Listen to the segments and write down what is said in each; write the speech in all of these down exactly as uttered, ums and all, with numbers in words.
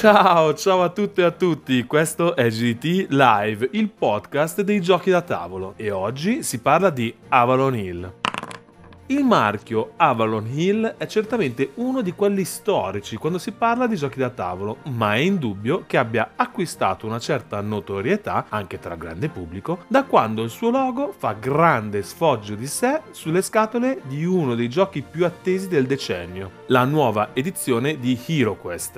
Ciao, ciao a tutte e a tutti, questo è G T Live, il podcast dei giochi da tavolo, e oggi si parla di Avalon Hill. Il marchio Avalon Hill è certamente uno di quelli storici quando si parla di giochi da tavolo, ma è indubbio che abbia acquistato una certa notorietà anche tra il grande pubblico da quando il suo logo fa grande sfoggio di sé sulle scatole di uno dei giochi più attesi del decennio, la nuova edizione di HeroQuest.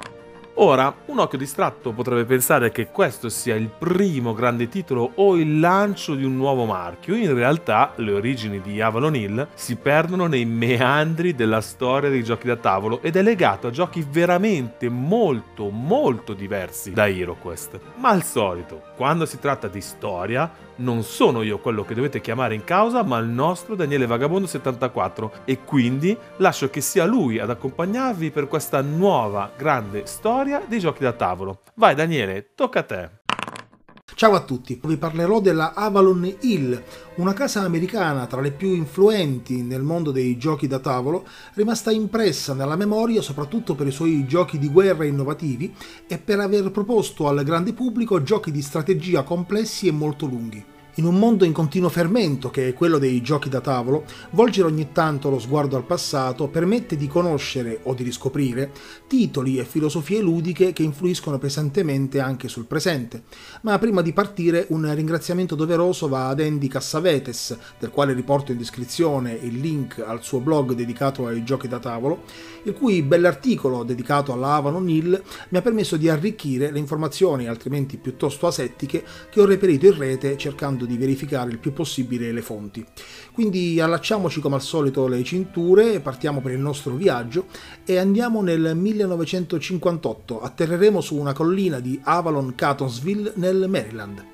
Ora, un occhio distratto potrebbe pensare che questo sia il primo grande titolo o il lancio di un nuovo marchio. In realtà, le origini di Avalon Hill si perdono nei meandri della storia dei giochi da tavolo ed è legato a giochi veramente molto, molto diversi da HeroQuest. Ma al solito, quando si tratta di storia, non sono io quello che dovete chiamare in causa, ma il nostro Daniele Vagabondo settantaquattro, e quindi lascio che sia lui ad accompagnarvi per questa nuova grande storia dei giochi da tavolo. Vai Daniele, tocca a te. Ciao a tutti, vi parlerò della Avalon Hill, una casa americana tra le più influenti nel mondo dei giochi da tavolo, rimasta impressa nella memoria soprattutto per i suoi giochi di guerra innovativi e per aver proposto al grande pubblico giochi di strategia complessi e molto lunghi. In un mondo in continuo fermento, che è quello dei giochi da tavolo, volgere ogni tanto lo sguardo al passato permette di conoscere o di riscoprire titoli e filosofie ludiche che influiscono pesantemente anche sul presente. Ma prima di partire un ringraziamento doveroso va ad Andy Cassavetes, del quale riporto in descrizione il link al suo blog dedicato ai giochi da tavolo, il cui bell'articolo dedicato alla Avalon Hill mi ha permesso di arricchire le informazioni, altrimenti piuttosto asettiche, che ho reperito in rete cercando di verificare il più possibile le fonti. Quindi allacciamoci come al solito le cinture, partiamo per il nostro viaggio e andiamo nel millenovecentocinquantotto. Atterreremo su una collina di Avalon Catonsville nel Maryland.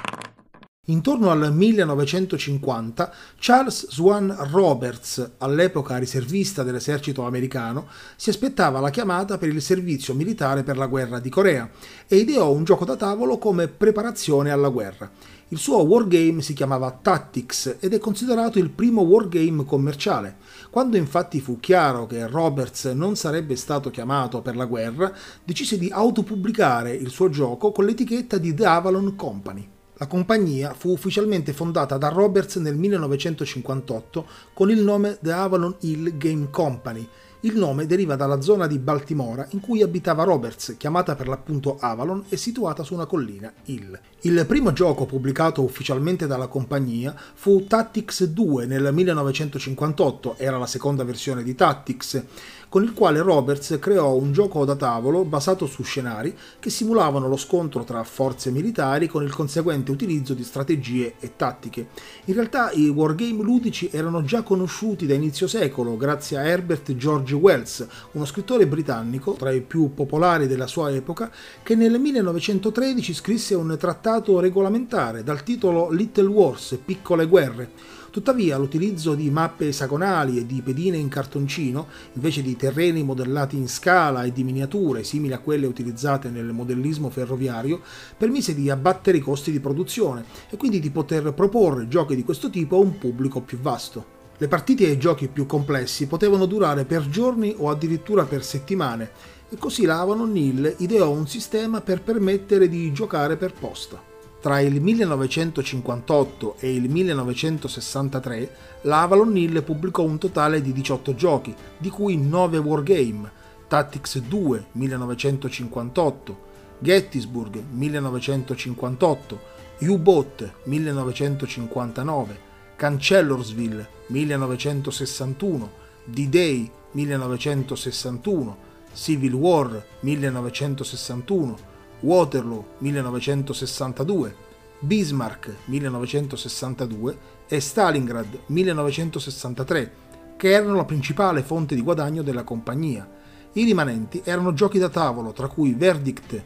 Intorno al millenovecentocinquanta, Charles Swan Roberts, all'epoca riservista dell'esercito americano, si aspettava la chiamata per il servizio militare per la guerra di Corea e ideò un gioco da tavolo come preparazione alla guerra. Il suo wargame si chiamava Tactics ed è considerato il primo wargame commerciale. Quando infatti fu chiaro che Roberts non sarebbe stato chiamato per la guerra, decise di autopubblicare il suo gioco con l'etichetta di The Avalon Company. La compagnia fu ufficialmente fondata da Roberts nel millenovecentocinquantotto con il nome The Avalon Hill Game Company. Il nome deriva dalla zona di Baltimora in cui abitava Roberts, chiamata per l'appunto Avalon e situata su una collina, Hill. Il primo gioco pubblicato ufficialmente dalla compagnia fu Tactics due nel millenovecentocinquantotto, era la seconda versione di Tactics, con il quale Roberts creò un gioco da tavolo basato su scenari che simulavano lo scontro tra forze militari con il conseguente utilizzo di strategie e tattiche. In realtà i wargame ludici erano già conosciuti da inizio secolo grazie a Herbert George Wells, uno scrittore britannico tra i più popolari della sua epoca, che nel millenovecentotredici scrisse un trattato regolamentare dal titolo Little Wars, Piccole Guerre. Tuttavia l'utilizzo di mappe esagonali e di pedine in cartoncino, invece di terreni modellati in scala e di miniature simili a quelle utilizzate nel modellismo ferroviario, permise di abbattere i costi di produzione e quindi di poter proporre giochi di questo tipo a un pubblico più vasto. Le partite e i giochi più complessi potevano durare per giorni o addirittura per settimane, e così la Avalon Hill ideò un sistema per permettere di giocare per posta. Tra il millenovecentocinquantotto e il millenovecentosessantatré, la Avalon Hill pubblicò un totale di diciotto giochi, di cui nove wargame: Tactics due millenovecentocinquantotto, Gettysburg millenovecentocinquantotto, U-Boat millenovecentocinquantanove, Chancellorsville millenovecentosessantuno, D-Day millenovecentosessantuno, Civil War millenovecentosessantuno, Waterloo millenovecentosessantadue, Bismarck millenovecentosessantadue e Stalingrad millenovecentosessantatré, che erano la principale fonte di guadagno della compagnia. I rimanenti erano giochi da tavolo, tra cui Verdict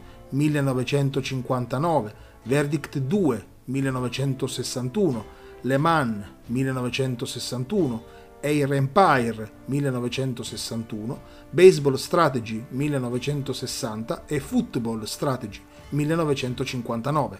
millenovecentocinquantanove, Verdict due millenovecentosessantuno, Le Mans millenovecentosessantuno, Air Empire millenovecentosessantuno, Baseball Strategy millenovecentosessanta e Football Strategy millenovecentocinquantanove.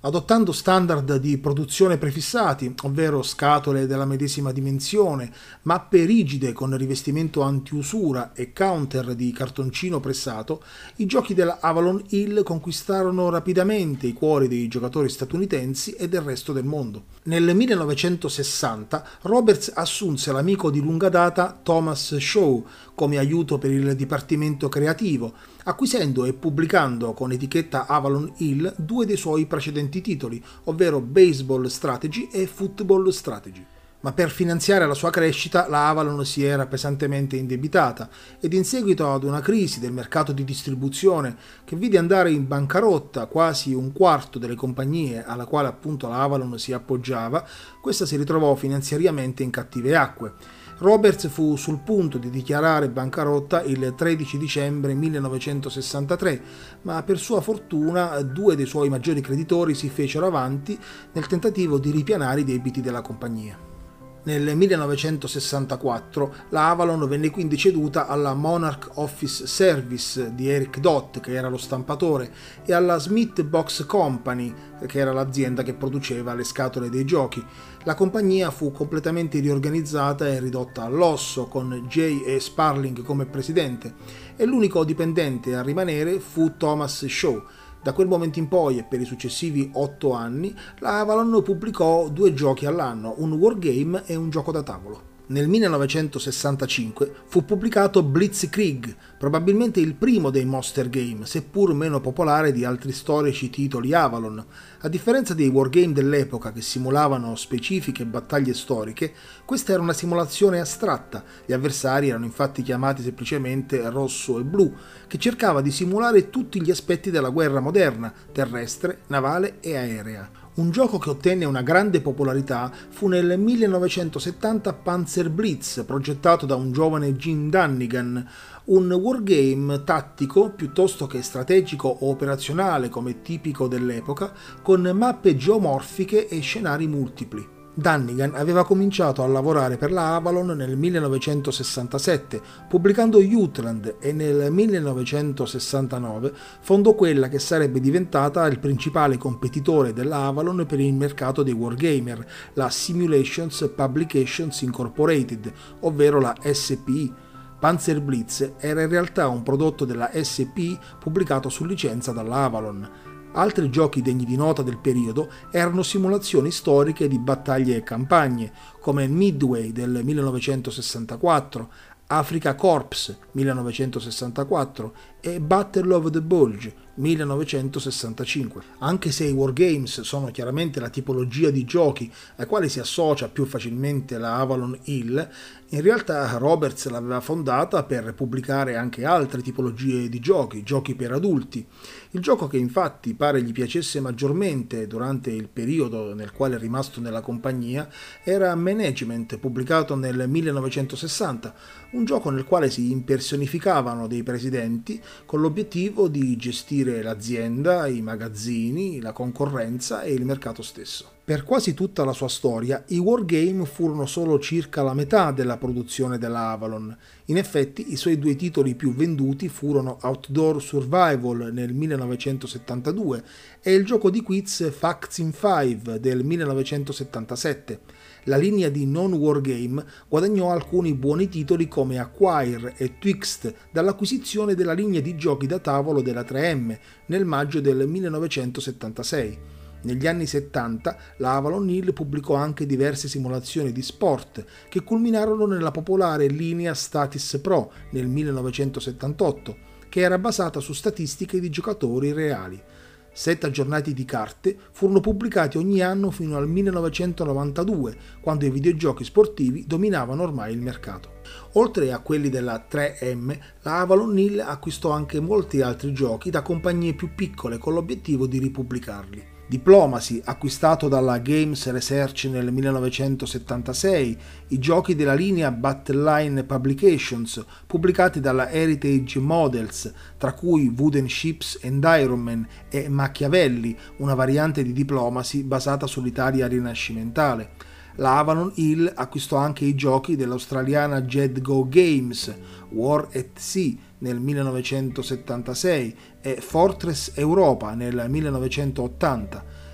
Adottando standard di produzione prefissati, ovvero scatole della medesima dimensione, mappe rigide con rivestimento antiusura e counter di cartoncino pressato, i giochi della Avalon Hill conquistarono rapidamente i cuori dei giocatori statunitensi e del resto del mondo. Nel millenovecentosessanta Roberts assunse l'amico di lunga data Thomas Shaw come aiuto per il dipartimento creativo, acquisendo e pubblicando con etichetta Avalon Hill due dei suoi precedenti titoli, ovvero Baseball Strategy e Football Strategy. Ma per finanziare la sua crescita la Avalon si era pesantemente indebitata ed in seguito ad una crisi del mercato di distribuzione che vide andare in bancarotta quasi un quarto delle compagnie alla quale appunto la Avalon si appoggiava, questa si ritrovò finanziariamente in cattive acque. Roberts fu sul punto di dichiarare bancarotta il tredici dicembre millenovecentosessantatré, ma per sua fortuna due dei suoi maggiori creditori si fecero avanti nel tentativo di ripianare i debiti della compagnia. Nel millenovecentosessantaquattro la Avalon venne quindi ceduta alla Monarch Office Service di Eric Dott, che era lo stampatore, e alla Smith Box Company, che era l'azienda che produceva le scatole dei giochi. La compagnia fu completamente riorganizzata e ridotta all'osso, con J E Sparling come presidente, e l'unico dipendente a rimanere fu Thomas Shaw. Da quel momento in poi e per i successivi otto anni, la Avalon pubblicò due giochi all'anno, un wargame e un gioco da tavolo. Nel millenovecentosessantacinque fu pubblicato Blitzkrieg, probabilmente il primo dei Monster Game, seppur meno popolare di altri storici titoli Avalon. A differenza dei wargame dell'epoca che simulavano specifiche battaglie storiche, questa era una simulazione astratta, gli avversari erano infatti chiamati semplicemente rosso e blu, che cercava di simulare tutti gli aspetti della guerra moderna, terrestre, navale e aerea. Un gioco che ottenne una grande popolarità fu nel millenovecentosettanta Panzer Blitz, progettato da un giovane Jim Dunnigan, un wargame tattico piuttosto che strategico o operazionale come tipico dell'epoca, con mappe geomorfiche e scenari multipli. Dunnigan aveva cominciato a lavorare per la Avalon nel millenovecentosessantasette, pubblicando Outland, e nel millenovecentosessantanove fondò quella che sarebbe diventata il principale competitore della Avalon per il mercato dei wargamer, la Simulations Publications Incorporated, ovvero la S P I. Panzer Blitz era in realtà un prodotto della S P I pubblicato su licenza dalla Avalon. Altri giochi degni di nota del periodo erano simulazioni storiche di battaglie e campagne, come Midway del millenovecentosessantaquattro, Africa Corps millenovecentosessantaquattro e Battle of the Bulge millenovecentosessantacinque. Anche se i wargames sono chiaramente la tipologia di giochi ai quali si associa più facilmente la Avalon Hill, in realtà Roberts l'aveva fondata per pubblicare anche altre tipologie di giochi, giochi per adulti. Il gioco che infatti pare gli piacesse maggiormente durante il periodo nel quale è rimasto nella compagnia era Management, pubblicato nel millenovecentosessanta, un gioco nel quale si impersonificavano dei presidenti con l'obiettivo di gestire l'azienda, i magazzini, la concorrenza e il mercato stesso. Per quasi tutta la sua storia, i wargame furono solo circa la metà della produzione della Avalon. In effetti, i suoi due titoli più venduti furono Outdoor Survival nel millenovecentosettantadue e il gioco di quiz Facts in Five del millenovecentosettantasette. La linea di non-wargame guadagnò alcuni buoni titoli come Acquire e Twixt dall'acquisizione della linea di giochi da tavolo della tre M nel maggio del millenovecentosettantasei. Negli anni settanta la Avalon Hill pubblicò anche diverse simulazioni di sport che culminarono nella popolare linea Statis Pro nel millenovecentosettantotto, che era basata su statistiche di giocatori reali. Sette aggiornati di carte furono pubblicati ogni anno fino al millenovecentonovantadue, quando i videogiochi sportivi dominavano ormai il mercato. Oltre a quelli della tre M, la Avalon Hill acquistò anche molti altri giochi da compagnie più piccole con l'obiettivo di ripubblicarli. Diplomacy, acquistato dalla Games Research nel millenovecentosettantasei, i giochi della linea Battleline Publications, pubblicati dalla Heritage Models, tra cui Wooden Ships and Ironman e Machiavelli, una variante di Diplomacy basata sull'Italia rinascimentale. La Avalon Hill acquistò anche i giochi dell'australiana Jedgo Games, War at Sea nel millenovecentosettantasei e Fortress Europa nel millenovecentottanta.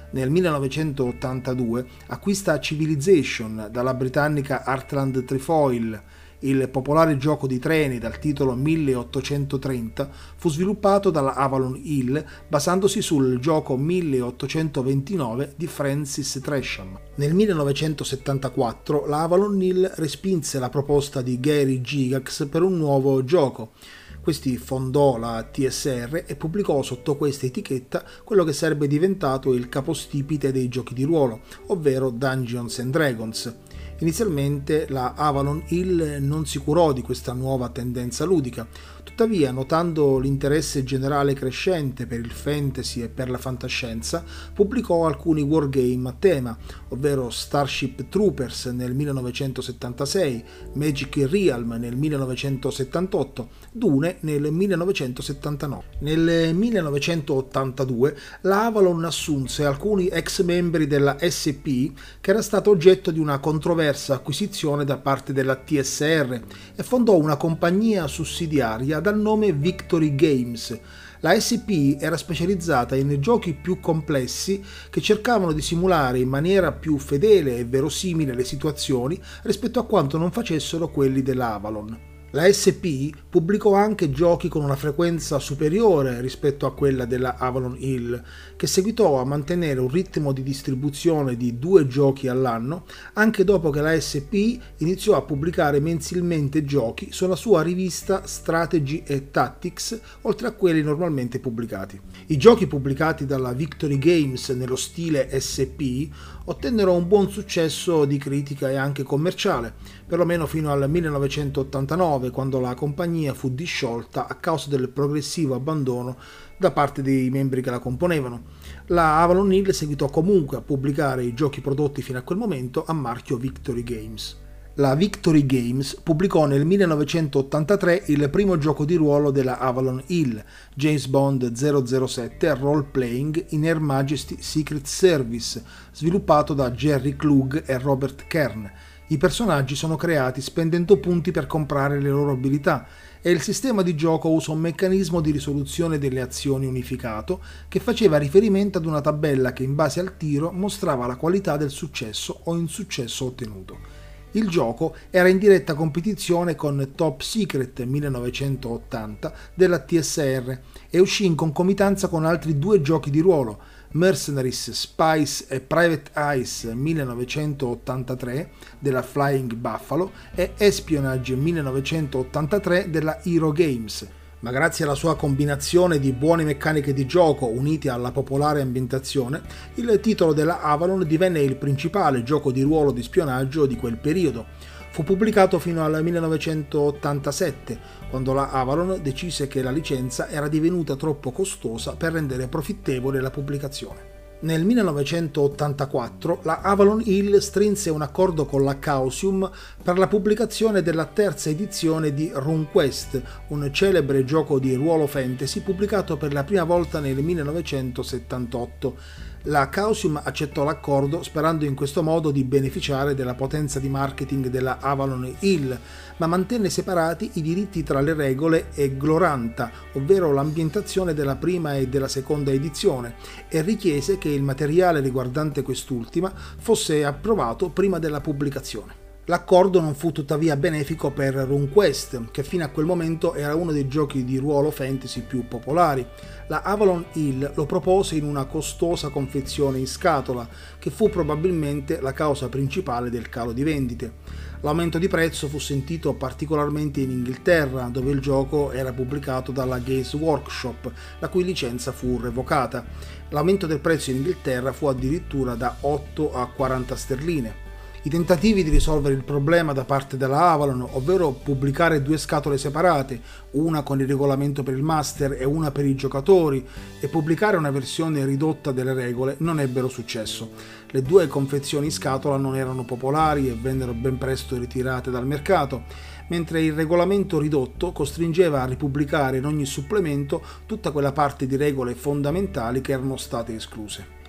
Nel millenovecentottantadue acquista Civilization dalla britannica Heartland Trefoil. Il popolare gioco di treni dal titolo milleottocentotrenta fu sviluppato dalla Avalon Hill basandosi sul gioco milleottocentoventinove di Francis Tresham. Nel millenovecentosettantaquattro la Avalon Hill respinse la proposta di Gary Gygax per un nuovo gioco. Questi fondò la T S R e pubblicò sotto questa etichetta quello che sarebbe diventato il capostipite dei giochi di ruolo, ovvero Dungeons and Dragons. Inizialmente la Avalon Hill non si curò di questa nuova tendenza ludica, tuttavia, notando l'interesse generale crescente per il fantasy e per la fantascienza, pubblicò alcuni wargame a tema, ovvero Starship Troopers nel millenovecentosettantasei, Magic Realm nel millenovecentosettantotto, Dune nel millenovecentosettantanove. Nel millenovecentottantadue la Avalon assunse alcuni ex membri della S P che era stato oggetto di una controversa acquisizione da parte della T S R e fondò una compagnia sussidiaria dal nome Victory Games. La S P era specializzata in giochi più complessi che cercavano di simulare in maniera più fedele e verosimile le situazioni rispetto a quanto non facessero quelli della Avalon. La S P pubblicò anche giochi con una frequenza superiore rispetto a quella della Avalon Hill, che seguitò a mantenere un ritmo di distribuzione di due giochi all'anno, anche dopo che la S P iniziò a pubblicare mensilmente giochi sulla sua rivista Strategy e Tactics, oltre a quelli normalmente pubblicati. I giochi pubblicati dalla Victory Games nello stile S P ottennero un buon successo di critica e anche commerciale, perlomeno fino al millenovecentottantanove, quando la compagnia fu disciolta a causa del progressivo abbandono da parte dei membri che la componevano. La Avalon Hill seguitò comunque a pubblicare i giochi prodotti fino a quel momento a marchio Victory Games. La Victory Games pubblicò nel millenovecentottantatré il primo gioco di ruolo della Avalon Hill, James Bond zero zero sette Role Playing in Her Majesty Secret Service, sviluppato da Jerry Klug e Robert Kern. I personaggi sono creati spendendo punti per comprare le loro abilità e il sistema di gioco usa un meccanismo di risoluzione delle azioni unificato che faceva riferimento ad una tabella che in base al tiro mostrava la qualità del successo o insuccesso ottenuto. Il gioco era in diretta competizione con Top Secret millenovecentottanta della T S R e uscì in concomitanza con altri due giochi di ruolo, Mercenaries, Spice e Private Eyes millenovecentottantatré della Flying Buffalo e Espionage millenovecentottantatré della Hero Games. Ma grazie alla sua combinazione di buone meccaniche di gioco unite alla popolare ambientazione, il titolo della Avalon divenne il principale gioco di ruolo di spionaggio di quel periodo. Fu pubblicato fino al millenovecentottantasette, quando la Avalon decise che la licenza era divenuta troppo costosa per rendere profittevole la pubblicazione. Nel millenovecentottantaquattro la Avalon Hill strinse un accordo con la Chaosium per la pubblicazione della terza edizione di RuneQuest, un celebre gioco di ruolo fantasy pubblicato per la prima volta nel millenovecentosettantotto. La Chaosium accettò l'accordo sperando in questo modo di beneficiare della potenza di marketing della Avalon Hill, ma mantenne separati i diritti tra le regole e Gloranta, ovvero l'ambientazione della prima e della seconda edizione, e richiese che il materiale riguardante quest'ultima fosse approvato prima della pubblicazione. L'accordo non fu tuttavia benefico per RuneQuest, che fino a quel momento era uno dei giochi di ruolo fantasy più popolari. La Avalon Hill lo propose in una costosa confezione in scatola, che fu probabilmente la causa principale del calo di vendite. L'aumento di prezzo fu sentito particolarmente in Inghilterra, dove il gioco era pubblicato dalla Games Workshop, la cui licenza fu revocata. L'aumento del prezzo in Inghilterra fu addirittura da otto a quaranta sterline. I tentativi di risolvere il problema da parte della Avalon, ovvero pubblicare due scatole separate, una con il regolamento per il master e una per i giocatori, e pubblicare una versione ridotta delle regole, non ebbero successo. Le due confezioni in scatola non erano popolari e vennero ben presto ritirate dal mercato, mentre il regolamento ridotto costringeva a ripubblicare in ogni supplemento tutta quella parte di regole fondamentali che erano state escluse.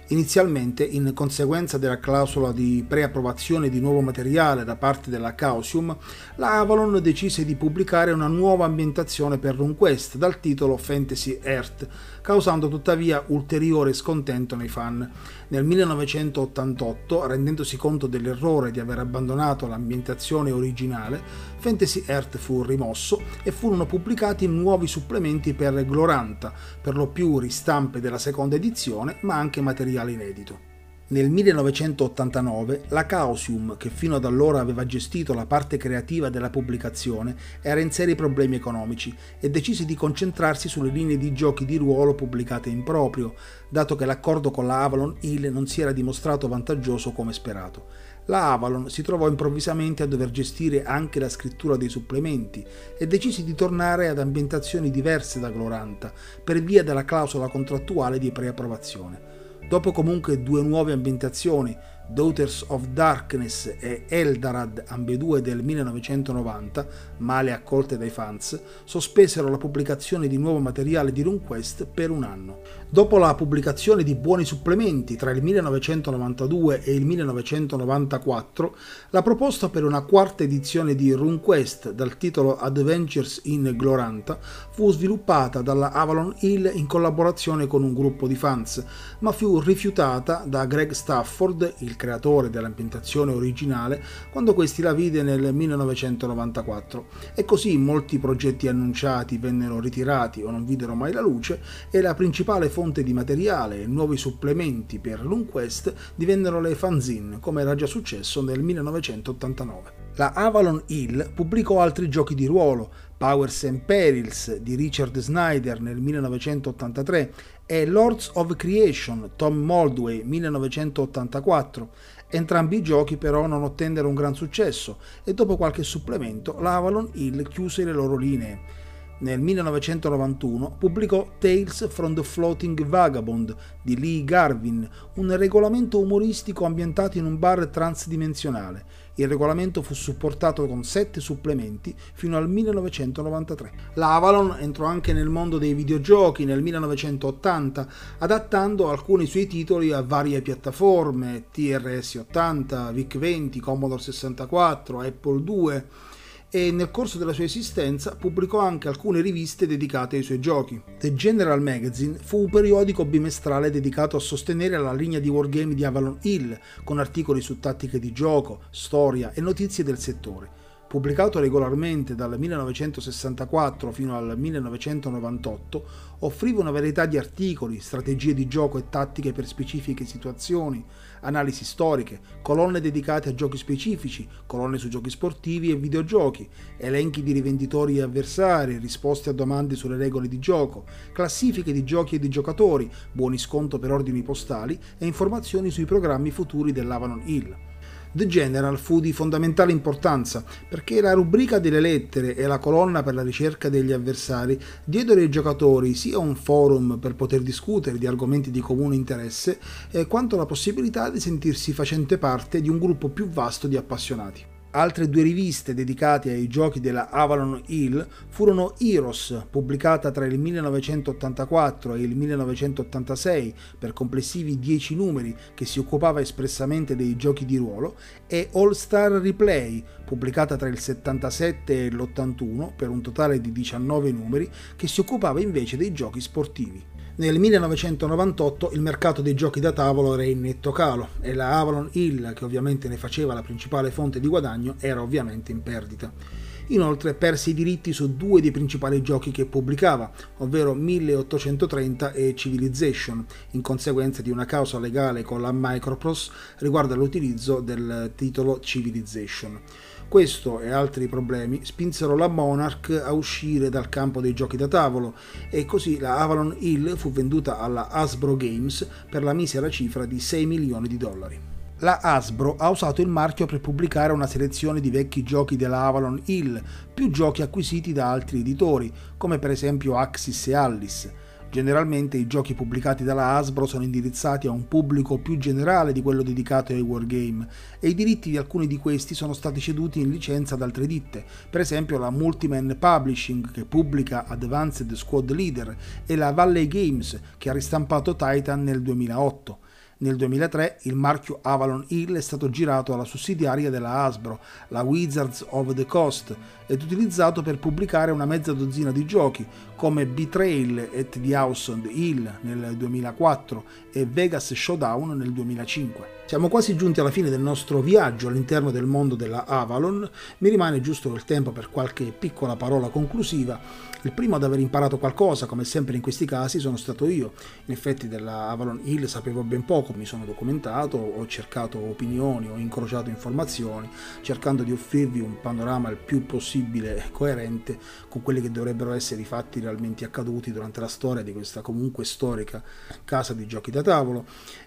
Inizialmente, in conseguenza della clausola di preapprovazione di nuovo materiale da parte della Chaosium, la Avalon decise di pubblicare una nuova ambientazione per RuneQuest dal titolo Fantasy Earth, causando tuttavia ulteriore scontento nei fan. Nel millenovecentottantotto, rendendosi conto dell'errore di aver abbandonato l'ambientazione originale, Fantasy Earth fu rimosso e furono pubblicati nuovi supplementi per Glorantha, per lo più ristampe della seconda edizione, ma anche materiale inedito. Nel millenovecentottantanove la Chaosium, che fino ad allora aveva gestito la parte creativa della pubblicazione, era in seri problemi economici e decise di concentrarsi sulle linee di giochi di ruolo pubblicate in proprio, dato che l'accordo con la Avalon Hill non si era dimostrato vantaggioso come sperato. La Avalon si trovò improvvisamente a dover gestire anche la scrittura dei supplementi e decise di tornare ad ambientazioni diverse da Glorantha per via della clausola contrattuale di preapprovazione. Dopo comunque due nuove ambientazioni, Daughters of Darkness e Eldarad, ambedue del millenovecentonovanta, male accolte dai fans, sospesero la pubblicazione di nuovo materiale di RuneQuest per un anno. Dopo la pubblicazione di buoni supplementi tra il millenovecentonovantadue e il millenovecentonovantaquattro, la proposta per una quarta edizione di RuneQuest dal titolo Adventures in Glorantha fu sviluppata dalla Avalon Hill in collaborazione con un gruppo di fans, ma fu rifiutata da Greg Stafford, il creatore dell'ambientazione originale, quando questi la vide nel millenovecentonovantaquattro, e così molti progetti annunciati vennero ritirati o non videro mai la luce e la principale fonte di materiale e nuovi supplementi per RuneQuest divennero le fanzine, come era già successo nel millenovecentottantanove. La Avalon Hill pubblicò altri giochi di ruolo, Powers and Perils di Richard Snyder nel millenovecentottantatré e Lords of Creation, Tom Moldway millenovecentottantaquattro. Entrambi i giochi però non ottennero un gran successo e dopo qualche supplemento la Avalon Hill chiuse le loro linee. Nel millenovecentonovantuno pubblicò Tales from the Floating Vagabond di Lee Garvin, un regolamento umoristico ambientato in un bar transdimensionale. Il regolamento fu supportato con sette supplementi fino al millenovecentonovantatré. La Avalon entrò anche nel mondo dei videogiochi nel millenovecentottanta, adattando alcuni suoi titoli a varie piattaforme, T R S ottanta, V I C venti, Commodore sessantaquattro, Apple due, e nel corso della sua esistenza pubblicò anche alcune riviste dedicate ai suoi giochi. The General Magazine fu un periodico bimestrale dedicato a sostenere la linea di wargame di Avalon Hill, con articoli su tattiche di gioco, storia e notizie del settore. Pubblicato regolarmente dal millenovecentosessantaquattro fino al millenovecentonovantotto, offriva una varietà di articoli, strategie di gioco e tattiche per specifiche situazioni, analisi storiche, colonne dedicate a giochi specifici, colonne su giochi sportivi e videogiochi, elenchi di rivenditori e avversari, risposte a domande sulle regole di gioco, classifiche di giochi e di giocatori, buoni sconto per ordini postali e informazioni sui programmi futuri dell'Avalon Hill. The General fu di fondamentale importanza perché la rubrica delle lettere e la colonna per la ricerca degli avversari diedero ai giocatori sia un forum per poter discutere di argomenti di comune interesse, eh, quanto la possibilità di sentirsi facente parte di un gruppo più vasto di appassionati. Altre due riviste dedicate ai giochi della Avalon Hill furono Heroes, pubblicata tra il millenovecentottantaquattro e il millenovecentottantasei per complessivi dieci numeri, che si occupava espressamente dei giochi di ruolo, e All Star Replay, pubblicata tra il settantasette e l'ottantuno per un totale di diciannove numeri, che si occupava invece dei giochi sportivi. Nel millenovecentonovantotto il mercato dei giochi da tavolo era in netto calo e la Avalon Hill, che ovviamente ne faceva la principale fonte di guadagno, era ovviamente in perdita. Inoltre perse i diritti su due dei principali giochi che pubblicava, ovvero milleottocentotrenta e Civilization, in conseguenza di una causa legale con la Microprose riguardo all'utilizzo del titolo Civilization. Questo e altri problemi spinsero la Monarch a uscire dal campo dei giochi da tavolo e così la Avalon Hill fu venduta alla Hasbro Games per la misera cifra di sei milioni di dollari. La Hasbro ha usato il marchio per pubblicare una selezione di vecchi giochi della Avalon Hill, più giochi acquisiti da altri editori, come per esempio Axis e Alice. Generalmente i giochi pubblicati dalla Hasbro sono indirizzati a un pubblico più generale di quello dedicato ai wargame e i diritti di alcuni di questi sono stati ceduti in licenza ad altre ditte, per esempio la Multiman Publishing che pubblica Advanced Squad Leader e la Valley Games che ha ristampato Titan nel duemilaotto. Nel duemilatré il marchio Avalon Hill è stato girato alla sussidiaria della Hasbro, la Wizards of the Coast, ed utilizzato per pubblicare una mezza dozzina di giochi come Betrayal at the House on the Hill nel duemilaquattro e Vegas Showdown nel duemilacinque. Siamo quasi giunti alla fine del nostro viaggio all'interno del mondo della Avalon. Mi rimane giusto il tempo per qualche piccola parola conclusiva. Il primo ad aver imparato qualcosa, come sempre in questi casi, sono stato io. In effetti della Avalon Hill sapevo ben poco, mi sono documentato, ho cercato opinioni, ho incrociato informazioni, cercando di offrirvi un panorama il più possibile coerente con quelli che dovrebbero essere i fatti realmente accaduti durante la storia di questa comunque storica casa di giochi da tavolo.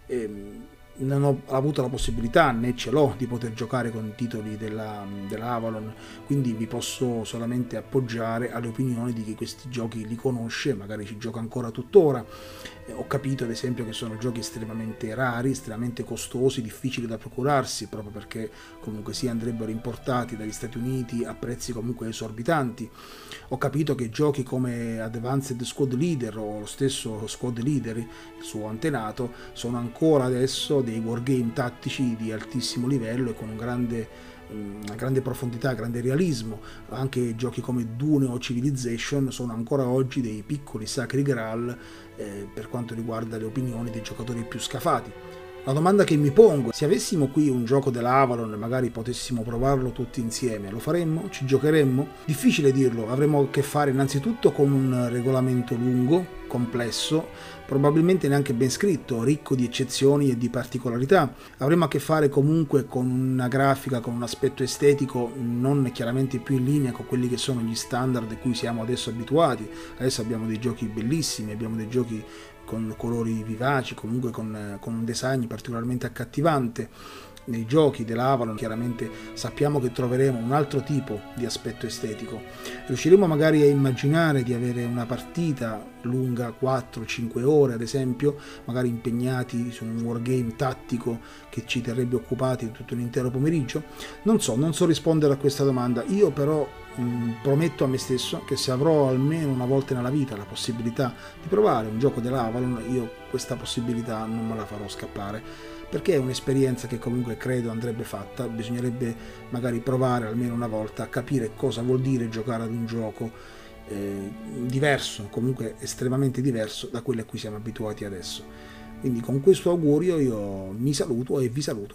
E non ho avuto la possibilità, né ce l'ho, di poter giocare con i titoli della, della Avalon, quindi vi posso solamente appoggiare alle opinioni di chi questi giochi li conosce, magari ci gioca ancora tuttora. Eh, ho capito ad esempio che sono giochi estremamente rari, estremamente costosi, difficili da procurarsi, proprio perché comunque sì, andrebbero importati dagli Stati Uniti a prezzi comunque esorbitanti. Ho capito che giochi come Advanced Squad Leader o lo stesso Squad Leader, il suo antenato, sono ancora adesso dei wargame tattici di altissimo livello e con un grande, una grande profondità, grande realismo. Anche giochi come Dune o Civilization sono ancora oggi dei piccoli sacri graal eh, per quanto riguarda le opinioni dei giocatori più scafati. La domanda che mi pongo: se avessimo qui un gioco della Avalon e magari potessimo provarlo tutti insieme, lo faremmo? Ci giocheremmo? Difficile dirlo, avremmo a che fare innanzitutto con un regolamento lungo, complesso, probabilmente neanche ben scritto, ricco di eccezioni e di particolarità. Avremmo a che fare comunque con una grafica, con un aspetto estetico non chiaramente più in linea con quelli che sono gli standard a cui siamo adesso abituati. Adesso abbiamo dei giochi bellissimi, abbiamo dei giochi con colori vivaci, comunque con, con un design particolarmente accattivante. Nei giochi dell'Avalon chiaramente sappiamo che troveremo un altro tipo di aspetto estetico. Riusciremo magari a immaginare di avere una partita lunga quattro cinque ore, ad esempio, magari impegnati su un wargame tattico che ci terrebbe occupati tutto un intero pomeriggio? Non so, non so rispondere a questa domanda. Io però mh, prometto a me stesso che se avrò almeno una volta nella vita la possibilità di provare un gioco dell'Avalon, io questa possibilità non me la farò scappare, perché è un'esperienza che comunque credo andrebbe fatta. Bisognerebbe magari provare almeno una volta a capire cosa vuol dire giocare ad un gioco eh, diverso, comunque estremamente diverso da quello a cui siamo abituati adesso. Quindi con questo augurio io mi saluto e vi saluto.